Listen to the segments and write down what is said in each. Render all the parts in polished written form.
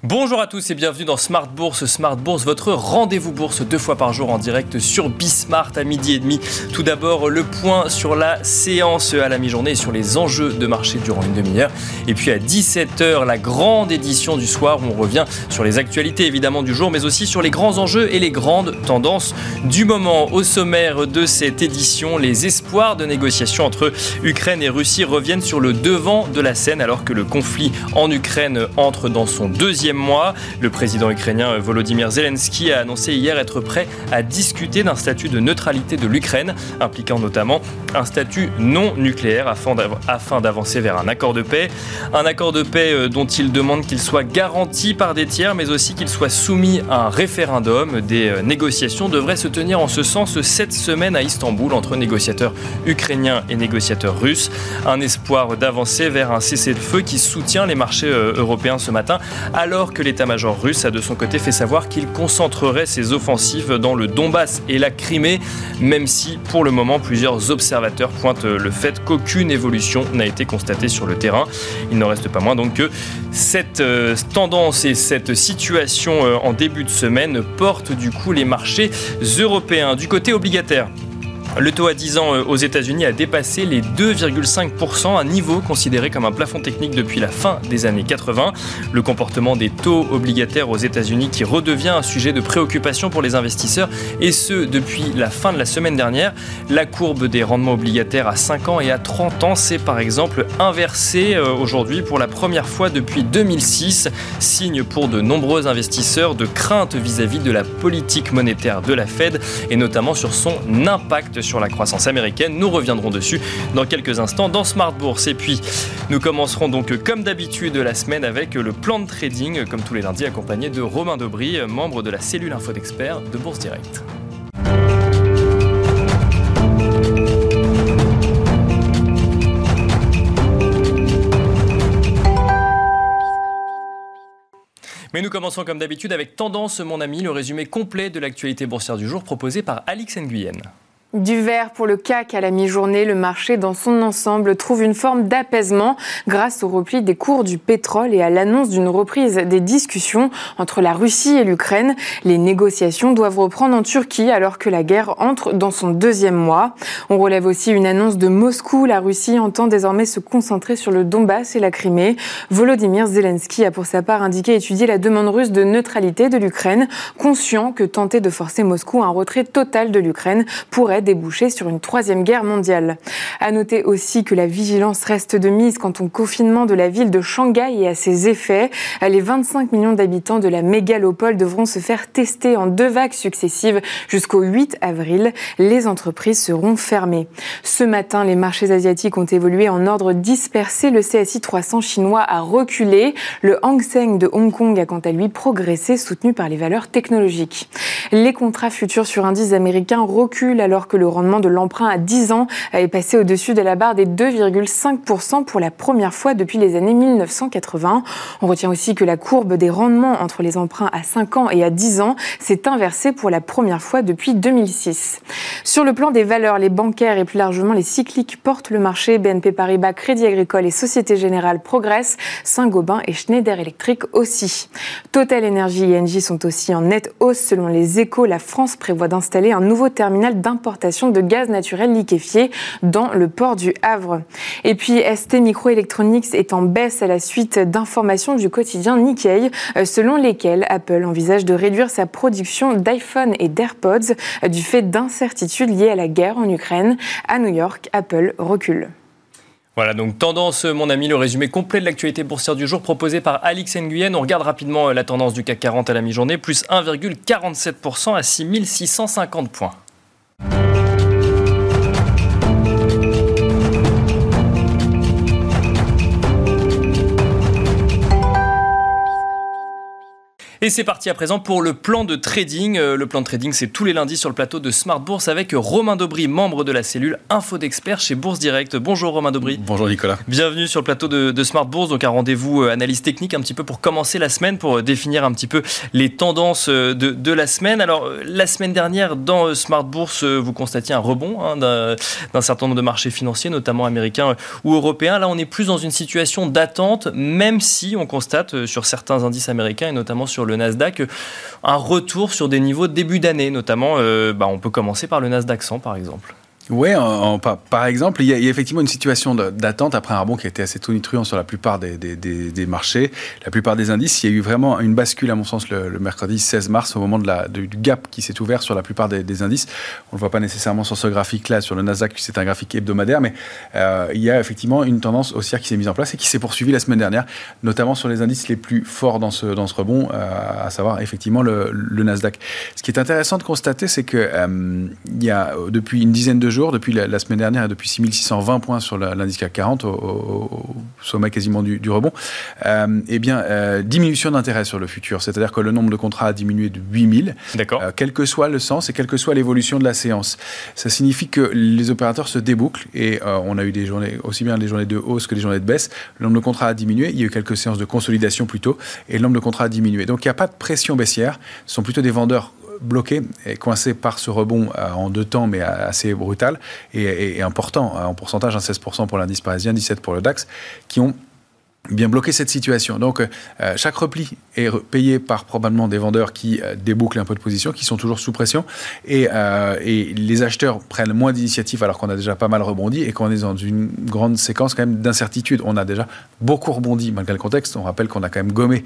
Bonjour à tous et bienvenue dans Smart Bourse. Smart Bourse, votre rendez-vous bourse 2 fois par jour en direct sur Bismart à 12h30. Tout d'abord, le point sur la séance à la mi-journée et sur les enjeux de marché durant une demi-heure. Et puis à 17h, la grande édition du soir où on revient sur les actualités évidemment du jour, mais aussi sur les grands enjeux et les grandes tendances du moment. Au sommaire de cette édition, les espoirs de négociation entre Ukraine et Russie reviennent sur le devant de la scène alors que le conflit en Ukraine entre dans son deuxième mois. Le président ukrainien Volodymyr Zelensky a annoncé hier être prêt à discuter d'un statut de neutralité de l'Ukraine, impliquant notamment un statut non nucléaire afin d'avancer vers un accord de paix. Un accord de paix dont il demande qu'il soit garanti par des tiers, mais aussi qu'il soit soumis à un référendum. Des négociations devraient se tenir en ce sens cette semaine à Istanbul entre négociateurs ukrainiens et négociateurs russes. Un espoir d'avancer vers un cessez-le-feu qui soutient les marchés européens ce matin, alors que l'état-major russe a de son côté fait savoir qu'il concentrerait ses offensives dans le Donbass et la Crimée, même si pour le moment plusieurs observateurs pointent le fait qu'aucune évolution n'a été constatée sur le terrain. Il n'en reste pas moins donc que cette tendance et cette situation en début de semaine portent du coup les marchés européens. Du côté obligataire, le taux à 10 ans aux États-Unis a dépassé les 2,5%, un niveau considéré comme un plafond technique depuis la fin des années 80. Le comportement des taux obligataires aux États-Unis qui redevient un sujet de préoccupation pour les investisseurs, et ce depuis la fin de la semaine dernière. La courbe des rendements obligataires à 5 ans et à 30 ans s'est par exemple inversée aujourd'hui pour la première fois depuis 2006, signe pour de nombreux investisseurs de crainte vis-à-vis de la politique monétaire de la Fed et notamment sur son impact sur la croissance américaine. Nous reviendrons dessus dans quelques instants dans Smart Bourse. Et puis, nous commencerons donc comme d'habitude la semaine avec le plan de trading, comme tous les lundis, accompagné de Romain Daubry, membre de la cellule Info d'Experts de Bourse Direct. Mais nous commençons comme d'habitude avec Tendance, mon ami, le résumé complet de l'actualité boursière du jour proposé par Alix Nguyen. Du vert pour le CAC à la mi-journée, le marché dans son ensemble trouve une forme d'apaisement grâce au repli des cours du pétrole et à l'annonce d'une reprise des discussions entre la Russie et l'Ukraine. Les négociations doivent reprendre en Turquie alors que la guerre entre dans son deuxième mois. On relève aussi une annonce de Moscou. La Russie entend désormais se concentrer sur le Donbass et la Crimée. Volodymyr Zelensky a pour sa part indiqué étudier la demande russe de neutralité de l'Ukraine, conscient que tenter de forcer Moscou à un retrait total de l'Ukraine pourrait déboucher sur une troisième guerre mondiale. À noter aussi que la vigilance reste de mise quant au confinement de la ville de Shanghai et à ses effets. Les 25 millions d'habitants de la mégalopole devront se faire tester en 2 vagues successives jusqu'au 8 avril. Les entreprises seront fermées. Ce matin, les marchés asiatiques ont évolué en ordre dispersé. Le CSI 300 chinois a reculé. Le Hang Seng de Hong Kong a quant à lui progressé, soutenu par les valeurs technologiques. Les contrats futurs sur indices américains reculent alors que le rendement de l'emprunt à 10 ans est passé au-dessus de la barre des 2,5% pour la première fois depuis les années 1980. On retient aussi que la courbe des rendements entre les emprunts à 5 ans et à 10 ans s'est inversée pour la première fois depuis 2006. Sur le plan des valeurs, les bancaires et plus largement les cycliques portent le marché. BNP Paribas, Crédit Agricole et Société Générale progressent. Saint-Gobain et Schneider Electric aussi. Total Energy et Engie sont aussi en nette hausse. Selon les Échos, la France prévoit d'installer un nouveau terminal d'importation de gaz naturel liquéfié dans le port du Havre. Et puis ST Microelectronics est en baisse à la suite d'informations du quotidien Nikkei, selon lesquelles Apple envisage de réduire sa production d'iPhone et d'AirPods du fait d'incertitudes liées à la guerre en Ukraine. À New York, Apple recule. Voilà, donc Tendance, mon ami, le résumé complet de l'actualité boursière du jour proposé par Alix Nguyen. On regarde rapidement la tendance du CAC 40 à la mi-journée, plus 1,47% à 6650 points. Et Et c'est parti à présent pour le plan de trading. Le plan de trading, c'est tous les lundis sur le plateau de Smart Bourse avec Romain Daubry, membre de la cellule Info d'Experts chez Bourse Direct. Bonjour Romain Daubry. Bonjour Nicolas. Bienvenue sur le plateau de Smart Bourse. Donc un rendez-vous analyse technique un petit peu pour commencer la semaine, pour définir un petit peu les tendances de la semaine. Alors la semaine dernière, dans Smart Bourse, vous constatiez un rebond d'un certain nombre de marchés financiers, notamment américains ou européens. Là, on est plus dans une situation d'attente, même si on constate sur certains indices américains et notamment sur le Nasdaq un retour sur des niveaux de début d'année. Notamment, on peut commencer par le Nasdaq 100 par exemple. Oui, par exemple, il y a effectivement une situation d'attente après un rebond qui a été assez tonitruant sur la plupart des marchés, la plupart des indices. Il y a eu vraiment une bascule, à mon sens, le mercredi 16 mars, au moment du gap qui s'est ouvert sur la plupart des indices. On ne le voit pas nécessairement sur ce graphique-là, sur le Nasdaq, c'est un graphique hebdomadaire, mais il y a effectivement une tendance haussière qui s'est mise en place et qui s'est poursuivie la semaine dernière, notamment sur les indices les plus forts dans ce rebond, à savoir effectivement le Nasdaq. Ce qui est intéressant de constater, c'est que il y a depuis une dizaine de jours, depuis la semaine dernière et depuis 6620 points sur l'indice CAC 40 au sommet quasiment du rebond, diminution d'intérêt sur le futur, c'est-à-dire que le nombre de contrats a diminué de 8000, quel que soit le sens et quelle que soit l'évolution de la séance. Ça signifie que les opérateurs se débouclent et on a eu des journées, aussi bien les journées de hausse que les journées de baisse. Le nombre de contrats a diminué, il y a eu quelques séances de consolidation plutôt et le nombre de contrats a diminué. Donc il n'y a pas de pression baissière, ce sont plutôt des vendeurs bloqués et coincés par ce rebond en deux temps, mais assez brutal et important, en pourcentage, 16% pour l'indice parisien, 17% pour le DAX, qui ont bien bloqué cette situation. Donc, chaque repli est payé par probablement des vendeurs qui débouclent un peu de position, qui sont toujours sous pression, et les acheteurs prennent moins d'initiatives alors qu'on a déjà pas mal rebondi et qu'on est dans une grande séquence quand même d'incertitude. On a déjà beaucoup rebondi malgré le contexte. On rappelle qu'on a quand même gommé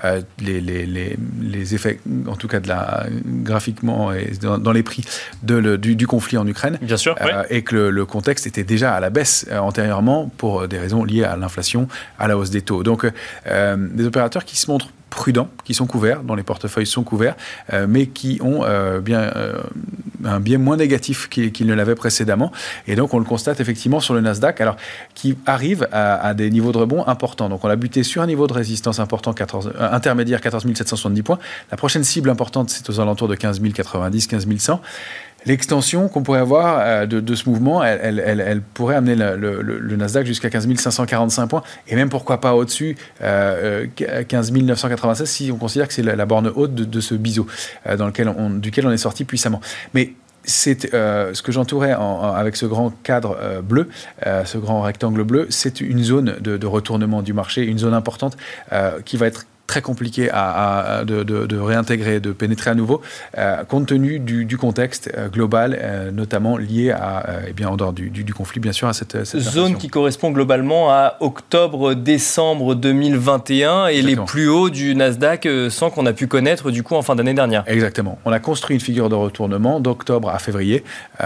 les effets, en tout cas graphiquement et dans les prix du conflit en Ukraine. Bien sûr, oui. Et que le contexte était déjà à la baisse antérieurement pour des raisons liées à l'inflation, à la hausse des taux. Donc, des opérateurs qui se montrent prudents, qui sont couverts, dont les portefeuilles sont couverts, mais qui ont un biais moins négatif qu'ils ne l'avaient précédemment. Et donc, on le constate effectivement sur le Nasdaq, alors qui arrive à des niveaux de rebond importants. Donc, on a buté sur un niveau de résistance important, intermédiaire, 14 770 points. La prochaine cible importante, c'est aux alentours de 15 090, 15 100. L'extension qu'on pourrait avoir de ce mouvement, elle pourrait amener le Nasdaq jusqu'à 15 545 points, et même pourquoi pas au-dessus, 15 996, si on considère que c'est la borne haute de ce biseau duquel on est sorti puissamment. Mais c'est ce que j'entourais avec ce grand cadre bleu, ce grand rectangle bleu, c'est une zone de retournement du marché, une zone importante qui va être très compliqué de réintégrer, de pénétrer à nouveau, compte tenu du contexte global, notamment lié en dehors du conflit, bien sûr, à cette zone qui correspond globalement à octobre-décembre 2021 et Exactement. Les plus hauts du Nasdaq 100 qu'on a pu connaître du coup en fin d'année dernière. Exactement. On a construit une figure de retournement d'octobre à février.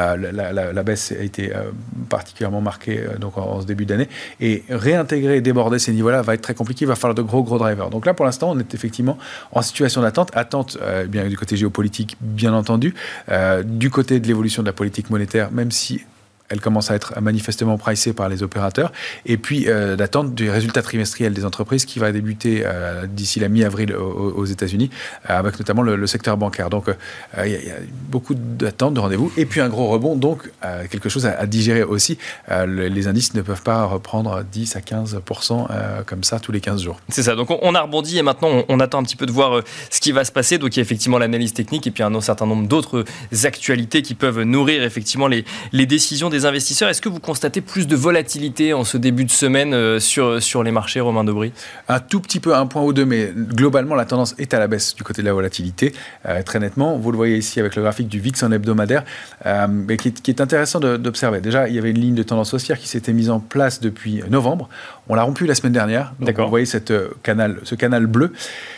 La baisse a été particulièrement marquée donc en ce début d'année, et réintégrer, déborder ces niveaux-là va être très compliqué. Il va falloir de gros drivers. Donc là, pour l'instant, on est effectivement en situation d'attente. Bien du côté géopolitique, bien entendu, du côté de l'évolution de la politique monétaire, même si elle commence à être manifestement pricée par les opérateurs, et puis d'attente du résultat trimestriel des entreprises qui va débuter d'ici la mi-avril aux États-Unis, avec notamment le secteur bancaire. Donc il y a beaucoup d'attentes, de rendez-vous, et puis un gros rebond, donc quelque chose à digérer aussi. Les indices ne peuvent pas reprendre 10 à 15% comme ça tous les 15 jours. C'est ça, donc on a rebondi et maintenant on attend un petit peu de voir ce qui va se passer. Donc il y a effectivement l'analyse technique et puis un certain nombre d'autres actualités qui peuvent nourrir effectivement les décisions des investisseurs. Est-ce que vous constatez plus de volatilité en ce début de semaine sur les marchés, Romain Daubry ? Un tout petit peu, un point ou deux, mais globalement la tendance est à la baisse du côté de la volatilité, très nettement. Vous le voyez ici avec le graphique du VIX en hebdomadaire, mais qui est intéressant d'observer. Déjà, il y avait une ligne de tendance haussière qui s'était mise en place depuis novembre. On l'a rompue la semaine dernière. Donc vous voyez ce canal bleu.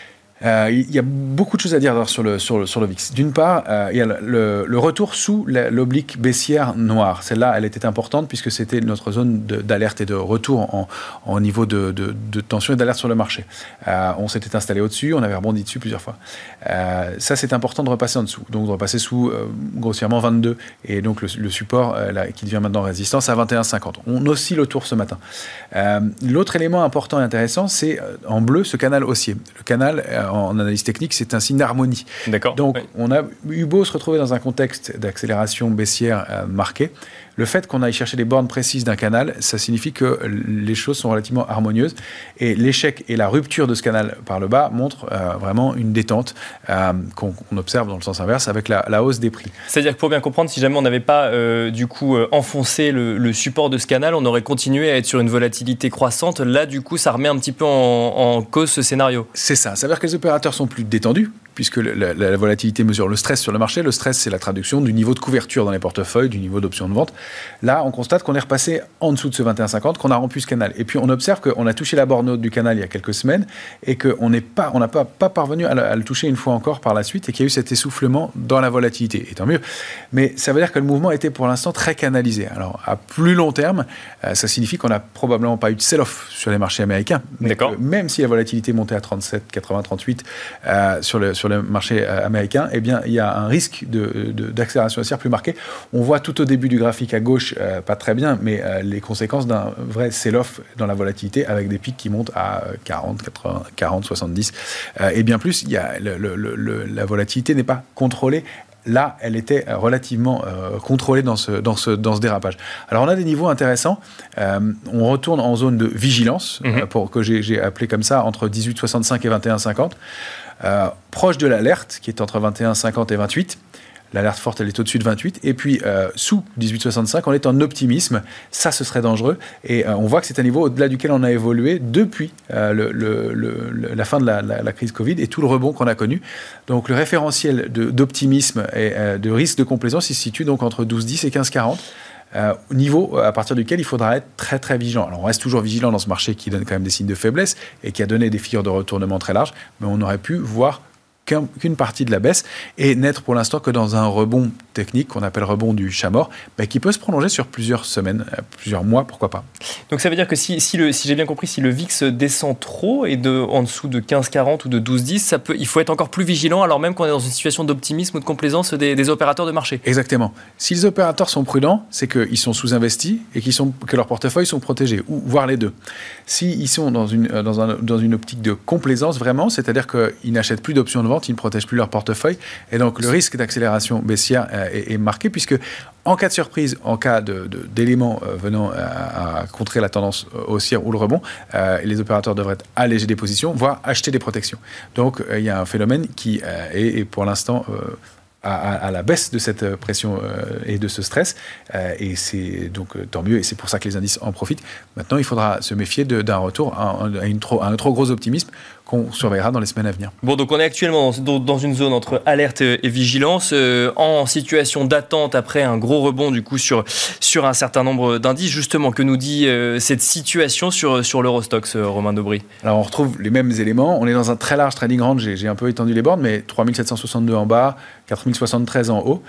Il y a beaucoup de choses à dire sur le VIX. D'une part, il y a le retour sous l'oblique baissière noire. Celle-là, elle était importante puisque c'était notre zone d'alerte et de retour en niveau de tension et d'alerte sur le marché. On s'était installé au-dessus, on avait rebondi dessus plusieurs fois. Ça, c'est important de repasser en dessous. Donc, de repasser sous grossièrement 22 et donc le support qui devient maintenant résistance à 21,50. On oscille autour ce matin. L'autre élément important et intéressant, c'est en bleu ce canal haussier. Le canal en analyse technique, c'est un signe d'harmonie. D'accord. Donc, on a eu beau se retrouver dans un contexte d'accélération baissière marquée, le fait qu'on aille chercher les bornes précises d'un canal, ça signifie que les choses sont relativement harmonieuses. Et l'échec et la rupture de ce canal par le bas montrent vraiment une détente qu'on observe dans le sens inverse avec la hausse des prix. C'est-à-dire que pour bien comprendre, si jamais on n'avait pas enfoncé le support de ce canal, on aurait continué à être sur une volatilité croissante. Là, du coup, ça remet un petit peu en cause ce scénario. C'est ça. Ça veut dire que les opérateurs sont plus détendus, puisque la volatilité mesure le stress sur le marché. Le stress, c'est la traduction du niveau de couverture dans les portefeuilles, du niveau d'option de vente. Là, on constate qu'on est repassé en dessous de ce 21,50, qu'on a rompu ce canal. Et puis, on observe qu'on a touché la borne haute du canal il y a quelques semaines et qu'on n'a pas parvenu à le toucher une fois encore par la suite et qu'il y a eu cet essoufflement dans la volatilité. Et tant mieux. Mais ça veut dire que le mouvement était pour l'instant très canalisé. Alors, à plus long terme, ça signifie qu'on n'a probablement pas eu de sell-off sur les marchés américains. D'accord. Même si la volatilité montait à 37, 80, 38 sur le marché américain, eh bien, il y a un risque d'accélération haussière plus marqué. On voit tout au début du graphique à gauche, pas très bien, mais les conséquences d'un vrai sell-off dans la volatilité avec des pics qui montent à 40, 80, 40, 70 et bien plus. La volatilité n'est pas contrôlée. Là, elle était relativement contrôlée dans ce dérapage. Alors, on a des niveaux intéressants. On retourne en zone de vigilance, que j'ai appelé comme ça, entre 18,65 et 21,50. Proche de l'alerte, qui est entre 21,50 et 28. L'alerte forte, elle est au-dessus de 28. Et puis, sous 18,65, on est en optimisme. Ça, ce serait dangereux. Et on voit que c'est un niveau au-delà duquel on a évolué depuis la fin de la crise Covid et tout le rebond qu'on a connu. Donc, le référentiel d'optimisme et de risque de complaisance, il se situe donc entre 12,10 et 15,40. Niveau à partir duquel il faudra être très très vigilant. Alors on reste toujours vigilant dans ce marché qui donne quand même des signes de faiblesse et qui a donné des figures de retournement très larges, mais on aurait pu voir qu'une partie de la baisse et n'être pour l'instant que dans un rebond technique qu'on appelle rebond du chat mort, qui peut se prolonger sur plusieurs semaines, plusieurs mois, pourquoi pas. Donc ça veut dire que si j'ai bien compris, si le VIX descend trop et en dessous de 15,40 ou de 12,10, il faut être encore plus vigilant alors même qu'on est dans une situation d'optimisme ou de complaisance des opérateurs de marché. Exactement. Si les opérateurs sont prudents, c'est qu'ils sont sous-investis et que leurs portefeuilles sont protégés, ou voire les deux. S'ils sont dans une optique de complaisance vraiment, c'est-à-dire qu'ils n'achètent plus d'options de vente, ils ne protègent plus leur portefeuille. Et donc, le risque d'accélération baissière est marqué, puisque en cas de surprise, en cas d'éléments venant à contrer la tendance haussière ou le rebond, les opérateurs devraient alléger des positions, voire acheter des protections. Donc, il y a un phénomène qui est pour l'instant à la baisse de cette pression et de ce stress. Et c'est donc tant mieux, et c'est pour ça que les indices en profitent. Maintenant, il faudra se méfier d'un retour à un trop gros optimisme qu'on surveillera dans les semaines à venir. Bon, donc on est actuellement dans une zone entre alerte et vigilance, en situation d'attente après un gros rebond du coup sur un certain nombre d'indices. Justement, que nous dit cette situation sur l'Eurostoxx, Romain Daubry? Alors on retrouve les mêmes éléments. On est dans un très large trading range. J'ai un peu étendu les bornes, mais 3762 en bas, 4073 en haut.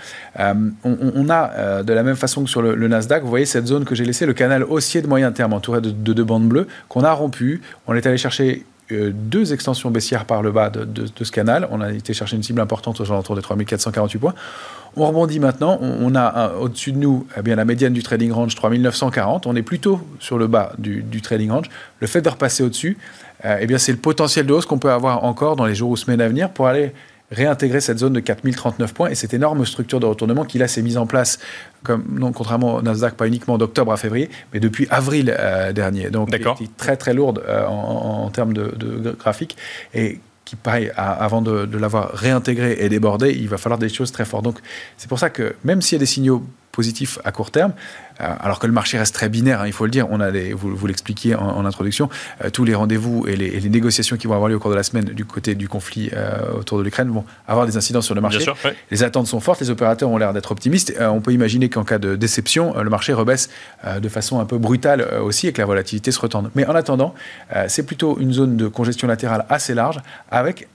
On a de la même façon que sur le Nasdaq, vous voyez cette zone que j'ai laissée, le canal haussier de moyen terme entouré de deux bandes bleues qu'on a rompu. On est allé chercher deux extensions baissières par le bas de ce canal. On a été chercher une cible importante aux alentours des 3448 points. On rebondit maintenant. On a au-dessus de nous la médiane du trading range 3940. On est plutôt sur le bas du trading range. Le fait de repasser au-dessus, c'est le potentiel de hausse qu'on peut avoir encore dans les jours ou semaines à venir pour aller réintégrer cette zone de 4039 points et cette énorme structure de retournement qui là s'est mise en place, contrairement au Nasdaq, pas uniquement d'octobre à février, mais depuis avril dernier. Donc, qui est très très lourde en termes de graphique et qui, pareil, avant de l'avoir réintégré et débordé, il va falloir des choses très fortes. Donc, c'est pour ça que même s'il y a des signaux positifs à court terme, alors que le marché reste très binaire, il faut le dire, on a vous l'expliquiez en introduction, tous les rendez-vous et les négociations qui vont avoir lieu au cours de la semaine du côté du conflit autour de l'Ukraine vont avoir des incidences sur le marché. Bien sûr, oui. Les attentes sont fortes, les opérateurs ont l'air d'être optimistes. On peut imaginer qu'en cas de déception, le marché rebaisse de façon un peu brutale aussi et que la volatilité se retende. Mais en attendant, c'est plutôt une zone de congestion latérale assez large avec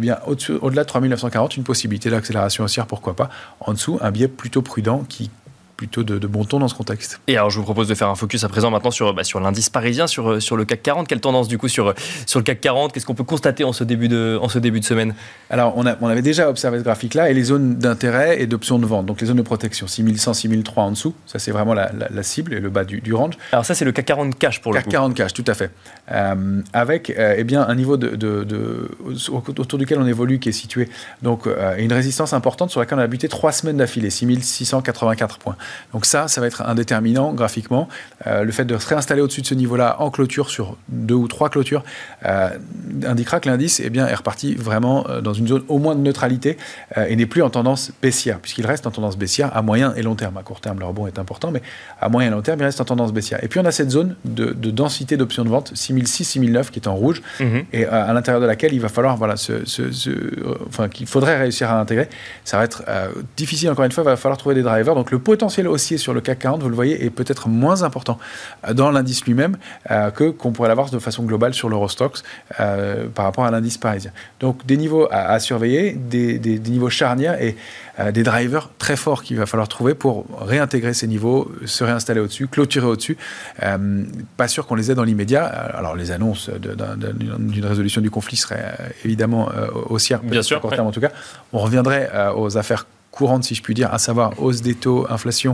au-delà de 3940, une possibilité d'accélération haussière, pourquoi pas. En dessous, un biais plutôt prudent qui plutôt de bon ton dans ce contexte. Et alors je vous propose de faire un focus à présent maintenant sur l'indice parisien, sur le CAC 40. Quelle tendance du coup sur le CAC 40? Qu'est-ce qu'on peut constater en ce début de semaine? Alors on avait déjà observé ce graphique-là et les zones d'intérêt et d'options de vente, donc les zones de protection, 6100, 6003 en dessous, ça c'est vraiment la cible et le bas du range. Alors ça c'est le CAC 40 cash pour le coup. CAC 40 cash, tout à fait. Avec un niveau autour duquel on évolue qui est situé, donc une résistance importante sur laquelle on a buté 3 semaines d'affilée, 6684 points. Donc ça va être un déterminant graphiquement. Le fait de se réinstaller au-dessus de ce niveau-là en clôture sur 2 ou 3 clôtures indiquera que l'indice est reparti vraiment dans une zone au moins de neutralité et n'est plus en tendance baissière, puisqu'il reste en tendance baissière à moyen et long terme. À court terme, le rebond est important, mais à moyen et long terme, il reste en tendance baissière. Et puis on a cette zone de densité d'options de vente, 6006, 6009, qui est en rouge, et à l'intérieur de laquelle il va falloir, qu'il faudrait réussir à intégrer. Ça va être difficile, encore une fois, il va falloir trouver des drivers. Donc le potentiel haussier sur le CAC 40, vous le voyez, est peut-être moins important dans l'indice lui-même qu'on pourrait l'avoir de façon globale sur l'Eurostoxx par rapport à l'indice parisien. Donc des niveaux à surveiller, des niveaux charnières et des drivers très forts qu'il va falloir trouver pour réintégrer ces niveaux, se réinstaller au-dessus, clôturer au-dessus. Pas sûr qu'on les ait dans l'immédiat. Alors les annonces d'une résolution du conflit seraient évidemment haussières, bien sûr, à court terme en tout cas. On reviendrait aux affaires courantes, si je puis dire, à savoir hausse des taux, inflation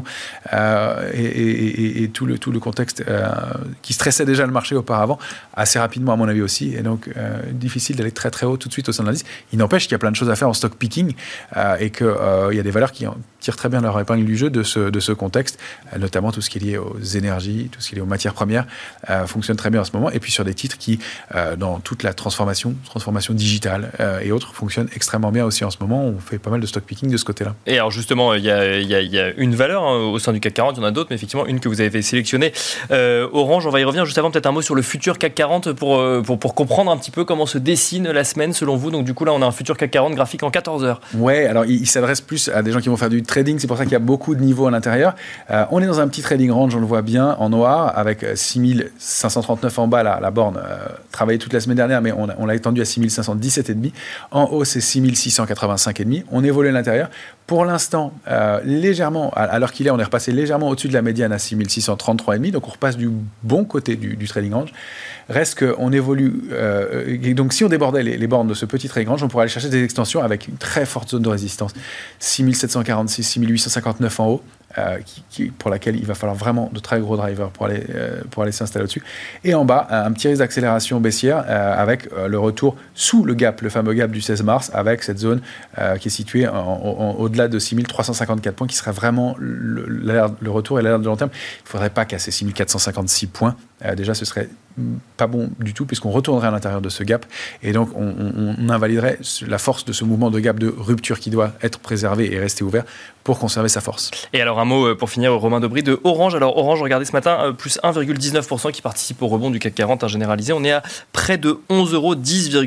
et tout le contexte qui stressait déjà le marché auparavant, assez rapidement à mon avis aussi, et donc difficile d'aller très très haut tout de suite au sein de l'indice. Il n'empêche qu'il y a plein de choses à faire en stock picking et qu'il y a des valeurs qui tirent très bien leur épingle du jeu de ce contexte, notamment tout ce qui est lié aux énergies, tout ce qui est lié aux matières premières, fonctionne très bien en ce moment, et puis sur des titres qui, dans toute la transformation digitale et autres, fonctionnent extrêmement bien aussi en ce moment. On fait pas mal de stock picking de ce côté-là. Et alors justement, il y a une valeur au sein du CAC 40, il y en a d'autres, mais effectivement une que vous avez sélectionnée, Orange. On va y revenir juste avant. Peut-être un mot sur le futur CAC 40 pour comprendre un petit peu comment se dessine la semaine selon vous. Donc du coup là, on a un futur CAC 40 graphique en 14 heures. Ouais, alors il s'adresse plus à des gens qui vont faire du trading, c'est pour ça qu'il y a beaucoup de niveaux à l'intérieur. On est dans un petit trading range, on le voit bien, en noir, avec 6539 en bas, la borne travaillée toute la semaine dernière, mais on l'a étendu à 6517,5. En haut, c'est 6685,5. On évolue à l'intérieur. Pour l'instant, légèrement, à l'heure qu'il est, on est repassé légèrement au-dessus de la médiane à 6633,5, donc on repasse du bon côté du trading range. Reste qu'on évolue, et donc si on débordait les bornes de ce petit trading range, on pourrait aller chercher des extensions avec une très forte zone de résistance, 6746, 6859 en haut, pour laquelle il va falloir vraiment de très gros drivers pour aller s'installer au-dessus. Et en bas, un petit risque d'accélération baissière avec le retour sous le gap, le fameux gap du 16 mars, avec cette zone qui est située au-delà de 6354 points, qui serait vraiment le retour et l'alerte de long terme. Il ne faudrait pas casser 6456 points. Déjà, ce serait pas bon du tout, puisqu'on retournerait à l'intérieur de ce gap, et donc on invaliderait la force de ce mouvement de gap de rupture qui doit être préservé et rester ouvert pour conserver sa force. Et alors un mot pour finir, Romain Dobry, de Orange. Alors Orange, regardez ce matin, plus 1,19% qui participe au rebond du CAC 40 généralisé. On est à près de 11 €,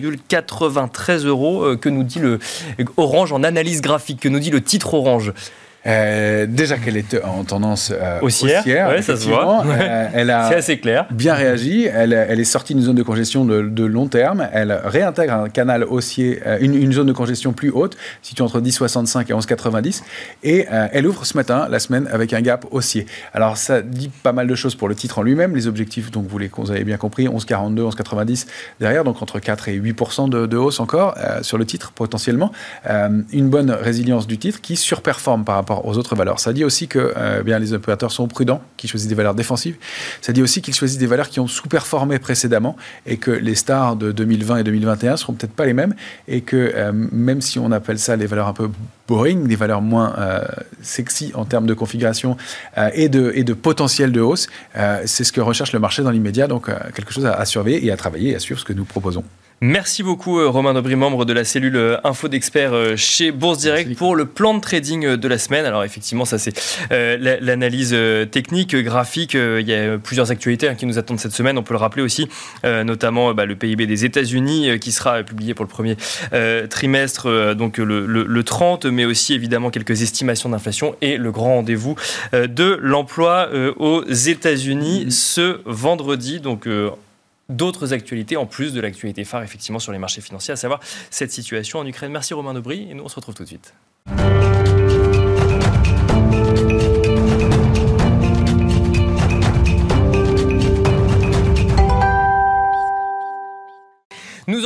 10,93 €. Que nous dit le Orange en analyse graphique? Que nous dit le titre Orange? Déjà qu'elle est en tendance haussière, ouais, ça se voit. Elle a c'est assez clair. Bien réagi. Elle est sortie d'une zone de congestion de long terme. Elle réintègre un canal haussier, une zone de congestion plus haute, située entre 10,65 et 11,90. Et elle ouvre ce matin, la semaine, avec un gap haussier. Alors ça dit pas mal de choses pour le titre en lui-même. Les objectifs, donc vous avez bien compris, 11,42, 11,90 derrière, donc entre 4 et 8% de hausse encore sur le titre potentiellement. Une bonne résilience du titre qui surperforme par rapport aux autres valeurs. Ça dit aussi que les opérateurs sont prudents, qui choisissent des valeurs défensives. Ça dit aussi qu'ils choisissent des valeurs qui ont sous-performé précédemment et que les stars de 2020 et 2021 ne seront peut-être pas les mêmes et que même si on appelle ça les valeurs un peu boring, des valeurs moins sexy en termes de configuration et de potentiel de hausse, c'est ce que recherche le marché dans l'immédiat. Donc quelque chose à surveiller et à travailler et à suivre ce que nous proposons. Merci beaucoup Romain Dobry, membre de la cellule Info d'Experts chez Bourse Direct, pour le plan de trading de la semaine. Alors effectivement, ça c'est l'analyse technique, graphique. Il y a plusieurs actualités qui nous attendent cette semaine. On peut le rappeler aussi, notamment le PIB des États-Unis qui sera publié pour le premier trimestre, donc le 30, mais aussi évidemment quelques estimations d'inflation et le grand rendez-vous de l'emploi aux États-Unis ce vendredi. Donc d'autres actualités en plus de l'actualité phare effectivement sur les marchés financiers, à savoir cette situation en Ukraine. Merci Romain Dobry et nous on se retrouve tout de suite.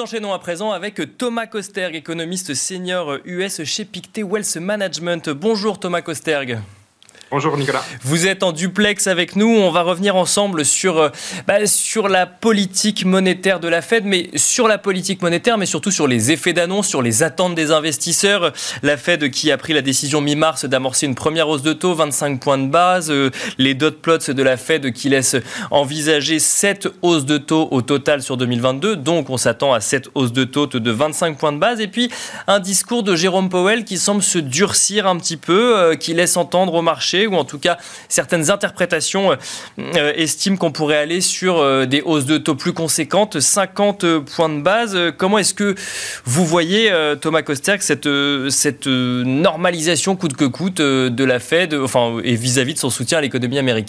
enchaînons à présent avec Thomas Kosterg, économiste senior US chez Pictet Wealth Management. Bonjour Thomas Kosterg. Bonjour Nicolas. Vous êtes en duplex avec nous. On va revenir ensemble sur la politique monétaire de la Fed, mais sur la politique monétaire, mais surtout sur les effets d'annonce, sur les attentes des investisseurs. La Fed qui a pris la décision mi-mars d'amorcer une première hausse de taux, 25 points de base. Les dot plots de la Fed qui laissent envisager 7 hausses de taux au total sur 2022. Donc on s'attend à 7 hausses de taux de 25 points de base. Et puis un discours de Jérôme Powell qui semble se durcir un petit peu, qui laisse entendre au marché, ou en tout cas certaines interprétations estiment qu'on pourrait aller sur des hausses de taux plus conséquentes, 50 points de base. Comment est-ce que vous voyez, Thomas Kosterg, cette normalisation coûte que coûte de la Fed, et vis-à-vis de son soutien à l'économie américaine ?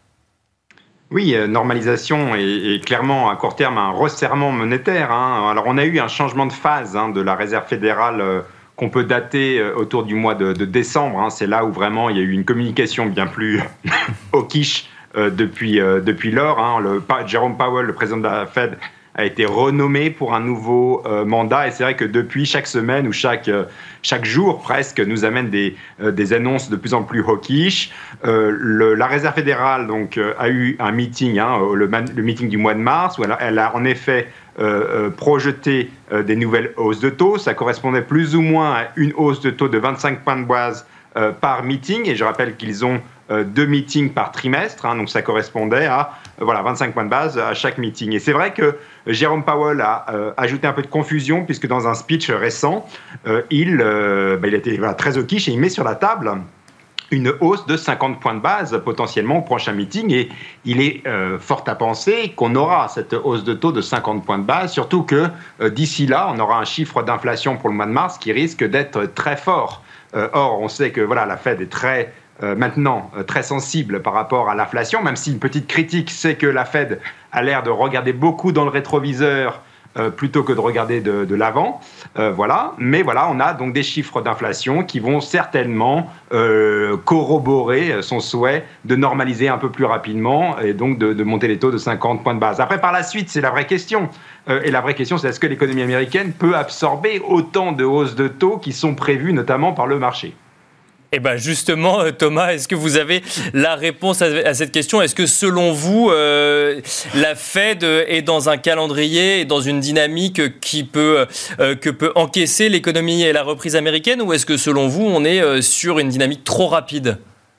Oui, normalisation et clairement à court terme un resserrement monétaire. Alors on a eu un changement de phase de la Réserve fédérale qu'on peut dater autour du mois de décembre. C'est là où vraiment il y a eu une communication bien plus hawkish depuis lors. Jérôme Powell, le président de la Fed, a été renommé pour un nouveau mandat. Et c'est vrai que depuis, chaque semaine ou chaque jour presque nous amène des annonces de plus en plus hawkish. La Réserve fédérale donc, a eu un meeting, le meeting du mois de mars, où elle a en effet projeté des nouvelles hausses de taux. Ça correspondait plus ou moins à une hausse de taux de 25 points de base par meeting. Et je rappelle qu'ils ont 2 meetings par trimestre, donc ça correspondait à 25 points de base à chaque meeting. Et c'est vrai que Jérôme Powell a ajouté un peu de confusion, puisque dans un speech récent, il a été très hawkish et il met sur la table une hausse de 50 points de base potentiellement au prochain meeting, et il est fort à penser qu'on aura cette hausse de taux de 50 points de base, surtout que d'ici là, on aura un chiffre d'inflation pour le mois de mars qui risque d'être très fort. Or, on sait que la Fed est maintenant très sensible par rapport à l'inflation, même si une petite critique, c'est que la Fed a l'air de regarder beaucoup dans le rétroviseur plutôt que de regarder de l'avant. Mais on a donc des chiffres d'inflation qui vont certainement corroborer son souhait de normaliser un peu plus rapidement et donc de monter les taux de 50 points de base. Après, par la suite, c'est la vraie question. Et la vraie question, c'est est-ce que l'économie américaine peut absorber autant de hausses de taux qui sont prévues notamment par le marché ? Eh bien justement, Thomas, est-ce que vous avez la réponse à cette question ? Est-ce que selon vous, la Fed est dans un calendrier et dans une dynamique que peut encaisser l'économie et la reprise américaine, ou est-ce que selon vous, on est sur une dynamique trop rapide ?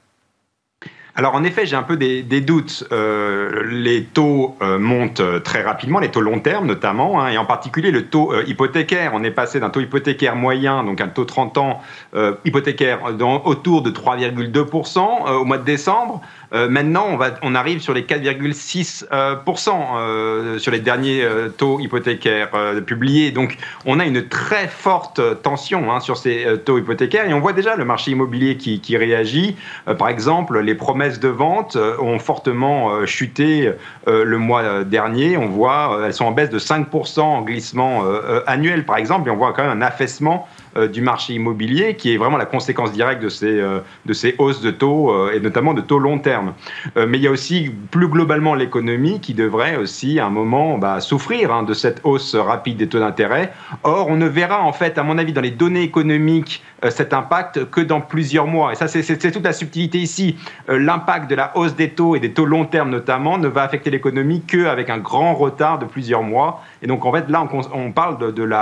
Alors en effet, j'ai un peu des doutes. Les taux montent très rapidement, les taux long terme notamment, et en particulier le taux hypothécaire. On est passé d'un taux hypothécaire moyen, donc un taux 30 ans hypothécaire autour de 3,2% au mois de décembre. Maintenant, on arrive sur les 4,6% sur les derniers taux hypothécaires publiés. Donc, on a une très forte tension sur ces taux hypothécaires. Et on voit déjà le marché immobilier qui réagit. Par exemple, les promesses de vente ont fortement chuté le mois dernier. On voit, elles sont en baisse de 5% en glissement annuel, par exemple. Et on voit quand même un affaissement du marché immobilier qui est vraiment la conséquence directe de ces hausses de taux et notamment de taux long terme. Mais il y a aussi plus globalement l'économie qui devrait aussi à un moment souffrir de cette hausse rapide des taux d'intérêt. Or, on ne verra en fait, à mon avis, dans les données économiques cet impact que dans plusieurs mois. Et ça, c'est toute la subtilité ici. L'impact de la hausse des taux et des taux long terme notamment ne va affecter l'économie qu'avec un grand retard de plusieurs mois. Et donc en fait là, on parle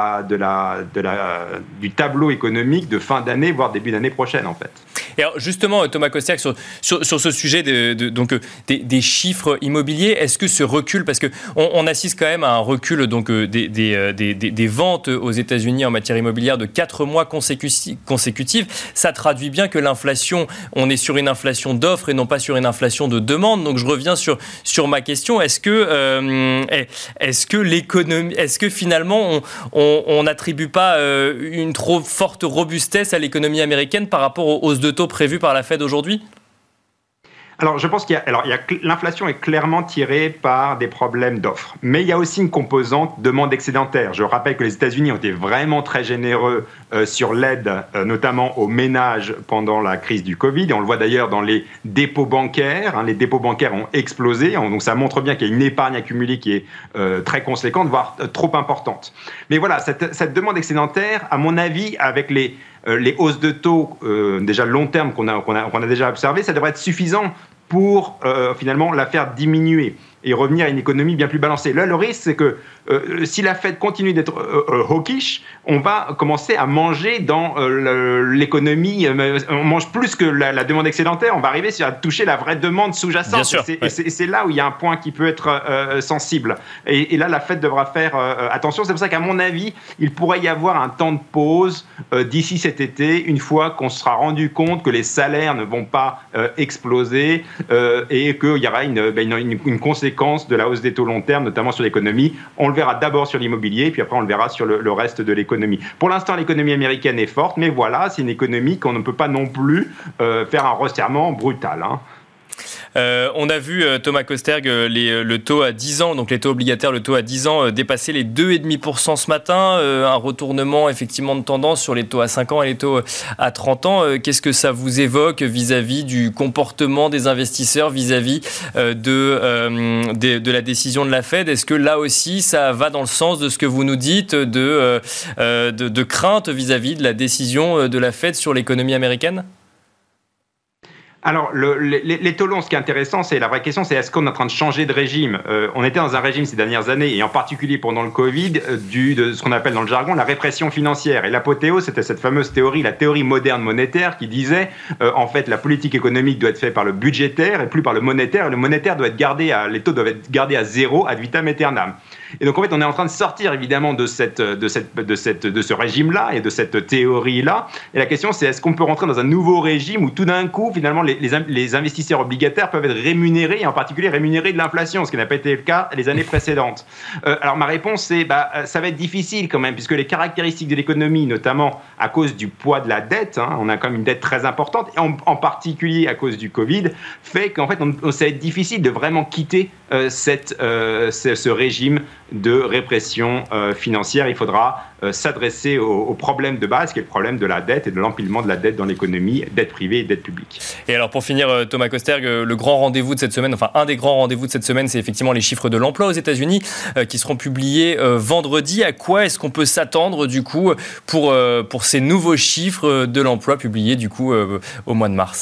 du tableau économique de fin d'année, voire début d'année prochaine en fait. Et alors justement, Thomas Kosterg, sur ce sujet des chiffres immobiliers, est-ce que ce recul, parce qu'on assiste quand même à un recul des ventes aux États-Unis en matière immobilière de 4 mois consécutifs, ça traduit bien que l'inflation, on est sur une inflation d'offres et non pas sur une inflation de demande. Donc je reviens sur ma question. Est-ce que l'économie, est-ce que finalement on n'attribue pas une trop forte robustesse à l'économie américaine par rapport aux hausses de taux prévues par la Fed aujourd'hui ? Alors, je pense l'inflation est clairement tirée par des problèmes d'offres. Mais il y a aussi une composante demande excédentaire. Je rappelle que les États-Unis ont été vraiment très généreux sur l'aide, notamment aux ménages pendant la crise du Covid. Et on le voit d'ailleurs dans les dépôts bancaires. Les dépôts bancaires ont explosé. Donc, ça montre bien qu'il y a une épargne accumulée qui est très conséquente, voire trop importante. Mais voilà, cette demande excédentaire, à mon avis, avec les hausses de taux, déjà long terme qu'on a déjà observées, ça devrait être suffisant pour finalement la faire diminuer et revenir à une économie bien plus balancée. Là, le risque, c'est que si la Fed continue d'être hawkish, on va commencer à manger dans l'économie. On mange plus que la demande excédentaire. On va arriver à toucher la vraie demande sous-jacente. C'est là où il y a un point qui peut être sensible. Et là, la Fed devra faire attention. C'est pour ça qu'à mon avis, il pourrait y avoir un temps de pause d'ici cet été, une fois qu'on se sera rendu compte que les salaires ne vont pas exploser et qu'il y aura une conséquence de la hausse des taux long terme, notamment sur l'économie. On le verra d'abord sur l'immobilier, puis après on le verra sur le reste de l'économie. Pour l'instant, l'économie américaine est forte, mais voilà, c'est une économie qu'on ne peut pas non plus faire un resserrement brutal. On a vu, Thomas Kosterg, le taux à 10 ans, donc les taux obligataires, le taux à 10 ans dépasser les 2,5% ce matin, un retournement effectivement de tendance sur les taux à 5 ans et les taux à 30 ans. Qu'est-ce que ça vous évoque vis-à-vis du comportement des investisseurs, vis-à-vis de la décision de la Fed? Est-ce que là aussi, ça va dans le sens de ce que vous nous dites, de crainte vis-à-vis de la décision de la Fed sur l'économie américaine? Alors, les taux longs, ce qui est intéressant, c'est la vraie question, c'est est-ce qu'on est en train de changer de régime? On était dans un régime ces dernières années, et en particulier pendant le Covid, de ce qu'on appelle dans le jargon la répression financière. Et l'apothéose, c'était cette fameuse théorie, la théorie moderne monétaire, qui disait, en fait, la politique économique doit être faite par le budgétaire et plus par le monétaire. Et le monétaire doit être gardé les taux doivent être gardés à zéro, ad vitam aeternam. Et donc, en fait, on est en train de sortir, évidemment, de ce régime-là et de cette théorie-là. Et la question, c'est est-ce qu'on peut rentrer dans un nouveau régime où, tout d'un coup, finalement, les investisseurs obligataires peuvent être rémunérés, et en particulier rémunérés de l'inflation, ce qui n'a pas été le cas les années précédentes. Alors, ma réponse, c'est ça va être difficile quand même, puisque les caractéristiques de l'économie, notamment à cause du poids de la dette, on a quand même une dette très importante, et en particulier à cause du Covid, fait qu'en fait, ça va être difficile de vraiment quitter ce régime de répression financière. Il faudra s'adresser au problème de base, qui est le problème de la dette et de l'empilement de la dette dans l'économie, dette privée et dette publique. Et alors pour finir, Thomas Kosterg, le grand rendez-vous de cette semaine, enfin un des grands rendez-vous de cette semaine, c'est effectivement les chiffres de l'emploi aux États-Unis qui seront publiés vendredi. À quoi est-ce qu'on peut s'attendre du coup pour ces nouveaux chiffres de l'emploi publiés du coup au mois de mars ?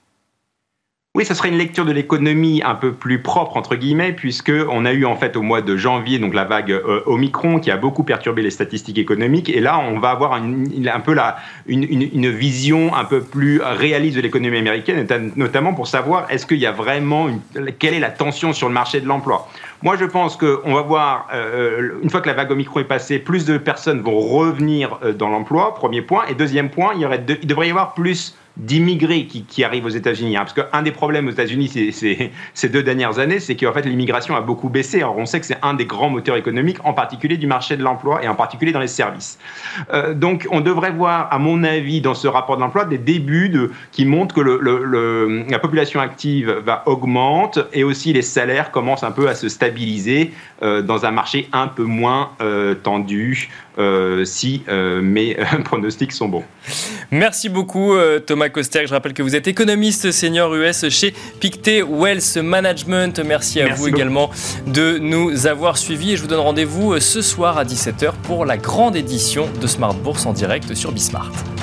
Oui, ce serait une lecture de l'économie un peu plus propre, entre guillemets, puisqu'on a eu en fait au mois de janvier donc la vague Omicron qui a beaucoup perturbé les statistiques économiques. Et là, on va avoir un peu une vision un peu plus réaliste de l'économie américaine, notamment pour savoir est-ce qu'il y a vraiment quelle est la tension sur le marché de l'emploi. Moi, je pense qu'on va voir, une fois que la vague Omicron est passée, plus de personnes vont revenir dans l'emploi, premier point. Et deuxième point, il devrait y avoir plus d'immigrés qui arrivent aux États-Unis. Parce qu'un des problèmes aux États-Unis ces 2 dernières années, c'est qu'en fait l'immigration a beaucoup baissé. Alors on sait que c'est un des grands moteurs économiques, en particulier du marché de l'emploi et en particulier dans les services. Donc on devrait voir, à mon avis, dans ce rapport de l'emploi, des débuts qui montrent que la population active va augmenter et aussi les salaires commencent un peu à se stabiliser dans un marché un peu moins tendu. Si mes pronostics sont bons. Merci beaucoup Thomas Kosterg. Je rappelle que vous êtes économiste senior US chez Pictet Wealth Management. Merci à vous également de nous avoir suivis et je vous donne rendez-vous ce soir à 17h pour la grande édition de Smart Bourse en direct sur Bismart.